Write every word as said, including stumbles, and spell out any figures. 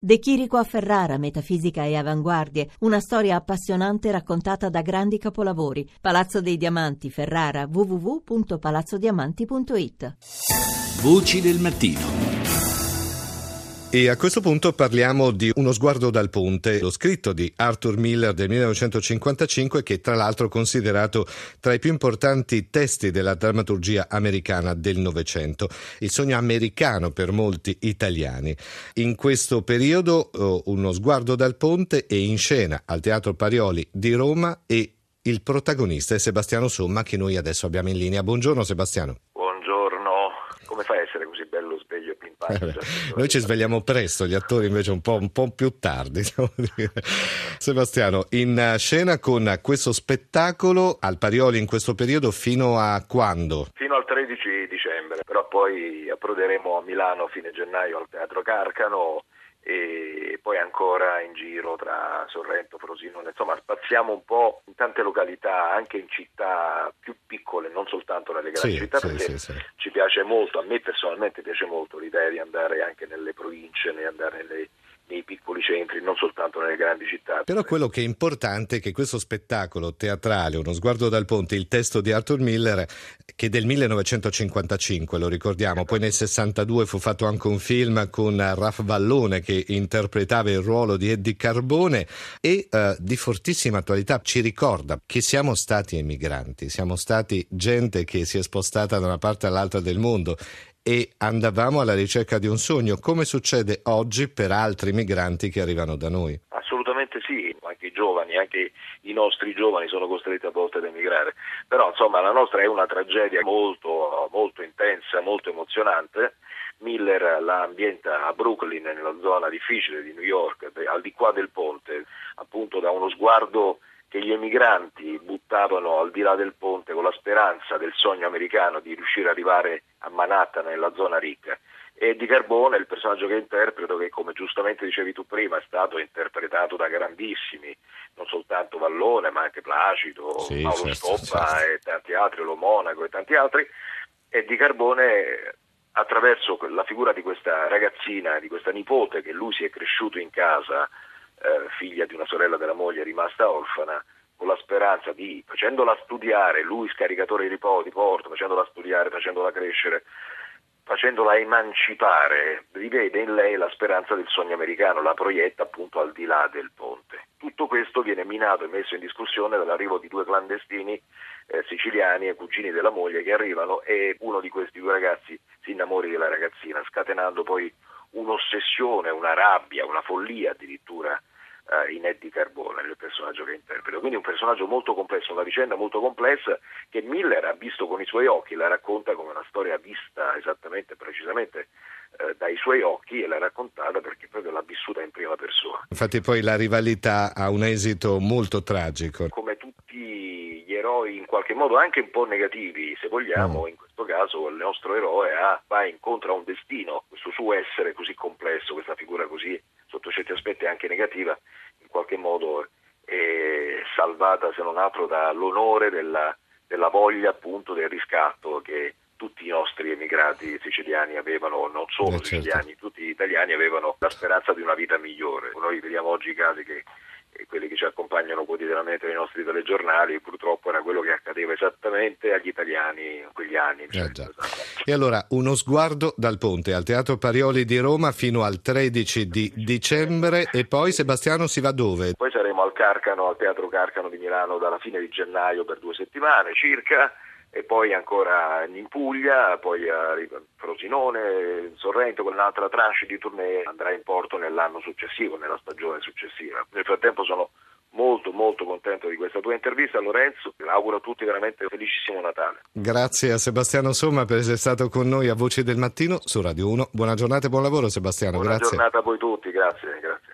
De Chirico a Ferrara, metafisica e avanguardie, una storia appassionante raccontata da grandi capolavori. Palazzo dei Diamanti, Ferrara, w w w punto palazzo diamanti punto it. Voci del mattino. E a questo punto parliamo di Uno sguardo dal ponte, lo scritto di Arthur Miller del millenovecentocinquantacinque, che tra l'altro è considerato tra i più importanti testi della drammaturgia americana del Novecento, il sogno americano per molti italiani. In questo periodo Uno sguardo dal ponte è in scena al Teatro Parioli di Roma e il protagonista è Sebastiano Somma, che noi adesso abbiamo in linea. Buongiorno Sebastiano. Buongiorno, come fai a essere così bello, sveglio e pimpante? Eh Noi ci svegliamo presto, gli attori invece un po', un po' più tardi. Sebastiano, in scena con questo spettacolo al Parioli in questo periodo fino a quando? Fino al tredici dicembre, però poi approderemo a Milano a fine gennaio al Teatro Carcano e poi ancora in giro tra Sorrento, Frosinone, insomma spaziamo un po' in tante località, anche in città più piccole, non soltanto nelle grandi sì, città, sì, perché sì, sì. ci piace molto, a me personalmente piace molto l'idea di andare anche nelle province, di andare nelle, nei piccoli centri, non soltanto nelle grandi città. Però quello che è importante è che questo spettacolo teatrale, Uno sguardo dal ponte, il testo di Arthur Miller, che è del millenovecentocinquantacinque, lo ricordiamo, poi nel sessantadue fu fatto anche un film con Ralph Vallone che interpretava il ruolo di Eddie Carbone e eh, di fortissima attualità ci ricorda che siamo stati emigranti, siamo stati gente che si è spostata da una parte all'altra del mondo e andavamo alla ricerca di un sogno, come succede oggi per altri migranti che arrivano da noi. Assolutamente sì, anche i giovani, anche i nostri giovani sono costretti a volte ad emigrare, però insomma la nostra è una tragedia molto, molto intensa, molto emozionante. Miller la ambienta a Brooklyn, nella zona difficile di New York, al di qua del ponte, appunto da uno sguardo che gli emigranti buttavano al di là del ponte con la speranza del sogno americano di riuscire ad arrivare a Manhattan, nella zona ricca. E Di Carbone, il personaggio che interpreto, che come giustamente dicevi tu prima è stato interpretato da grandissimi, non soltanto Vallone ma anche Placido, sì, Paolo certo, Stoppa certo. e tanti altri, Lo Monaco e tanti altri, e Di Carbone attraverso la figura di questa ragazzina, di questa nipote che lui si è cresciuto in casa, eh, figlia di una sorella della moglie rimasta orfana, con la speranza di, facendola studiare, lui scaricatore di porto, facendola studiare, facendola crescere, facendola emancipare, rivede in lei la speranza del sogno americano, la proietta appunto al di là del ponte. Tutto questo viene minato e messo in discussione dall'arrivo di due clandestini eh, siciliani e cugini della moglie che arrivano, e uno di questi due ragazzi si innamori della ragazzina, scatenando poi un'ossessione, una rabbia, una follia addirittura eh, in Eddie Carbone, il personaggio che interpreto. Quindi un personaggio molto complesso, una vicenda molto complessa che Miller ha visto con i suoi occhi, la racconta come una storia vista esattamente, precisamente eh, dai suoi occhi, e l'ha raccontata perché proprio l'ha vissuta in prima persona. Infatti poi la rivalità ha un esito molto tragico. Come tutti gli eroi in qualche modo anche un po' negativi, se vogliamo, mm. in questo caso il nostro eroe ha, va incontro a un destino, questo suo essere così complesso, questa figura così sotto certi aspetti anche negativa, in qualche modo è salvata se non altro dall'onore della, della voglia appunto del riscatto che tutti i nostri emigrati siciliani avevano, non solo eh, siciliani, certo. tutti gli italiani avevano la speranza di una vita migliore. Noi vediamo oggi i casi che quelli che ci accompagnano quotidianamente nei nostri telegiornali, purtroppo era quello che accadeva esattamente agli italiani in quegli anni. Eh, già. E allora Uno sguardo dal ponte al Teatro Parioli di Roma fino al tredici di dicembre, e poi Sebastiano si va dove? Poi saremo al Carcano, al Teatro Carcano di Milano dalla fine di gennaio per due settimane circa, e poi ancora in Puglia, poi a Frosinone, Sorrento, con un'altra tranche di tournée andrà in porto nell'anno successivo, nella stagione successiva. Nel frattempo sono molto molto contento di questa tua intervista, Lorenzo, auguro a tutti veramente un felicissimo Natale. Grazie a Sebastiano Somma per essere stato con noi a Voci del Mattino su Radio uno. Buona giornata e buon lavoro Sebastiano. Buona Grazie. giornata a voi tutti, grazie, grazie.